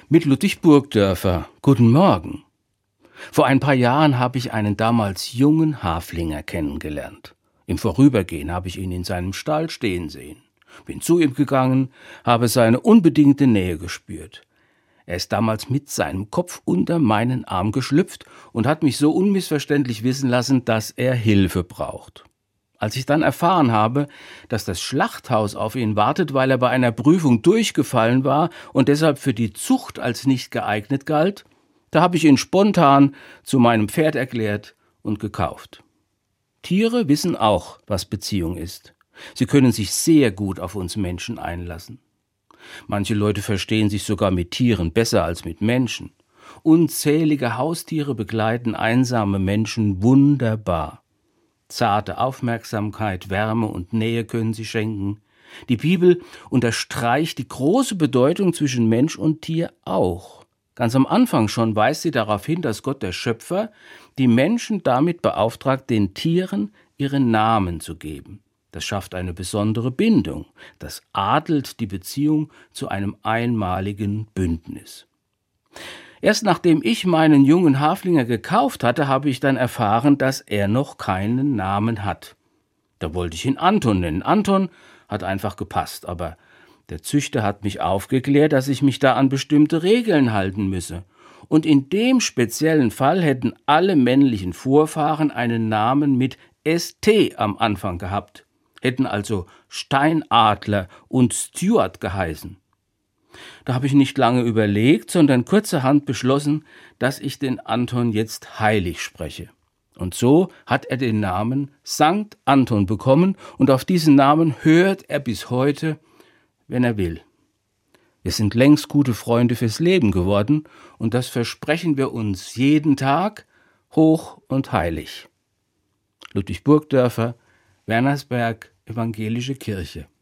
Mit Ludwig Burgdörfer. Guten Morgen. Vor ein paar Jahren habe ich einen damals jungen Haflinger kennengelernt. Im Vorübergehen habe ich ihn in seinem Stall stehen sehen. Bin zu ihm gegangen, habe seine unbedingte Nähe gespürt. Er ist damals mit seinem Kopf unter meinen Arm geschlüpft und hat mich so unmissverständlich wissen lassen, dass er Hilfe braucht. Als ich dann erfahren habe, dass das Schlachthaus auf ihn wartet, weil er bei einer Prüfung durchgefallen war und deshalb für die Zucht als nicht geeignet galt, da habe ich ihn spontan zu meinem Pferd erklärt und gekauft. Tiere wissen auch, was Beziehung ist. Sie können sich sehr gut auf uns Menschen einlassen. Manche Leute verstehen sich sogar mit Tieren besser als mit Menschen. Unzählige Haustiere begleiten einsame Menschen wunderbar. Zarte Aufmerksamkeit, Wärme und Nähe können sie schenken. Die Bibel unterstreicht die große Bedeutung zwischen Mensch und Tier auch. Ganz am Anfang schon weist sie darauf hin, dass Gott, der Schöpfer, die Menschen damit beauftragt, den Tieren ihren Namen zu geben. Das schafft eine besondere Bindung. Das adelt die Beziehung zu einem einmaligen Bündnis. Erst nachdem ich meinen jungen Haflinger gekauft hatte, habe ich dann erfahren, dass er noch keinen Namen hat. Da wollte ich ihn Anton nennen. Anton hat einfach gepasst, aber der Züchter hat mich aufgeklärt, dass ich mich da an bestimmte Regeln halten müsse. Und in dem speziellen Fall hätten alle männlichen Vorfahren einen Namen mit ST am Anfang gehabt, hätten also Steinadler und Stuart geheißen. Da habe ich nicht lange überlegt, sondern kurzerhand beschlossen, dass ich den Anton jetzt heilig spreche. Und so hat er den Namen Sankt Anton bekommen und auf diesen Namen hört er bis heute, wenn er will. Wir sind längst gute Freunde fürs Leben geworden und das versprechen wir uns jeden Tag hoch und heilig. Ludwig Burgdörfer, Wernersberg, Evangelische Kirche.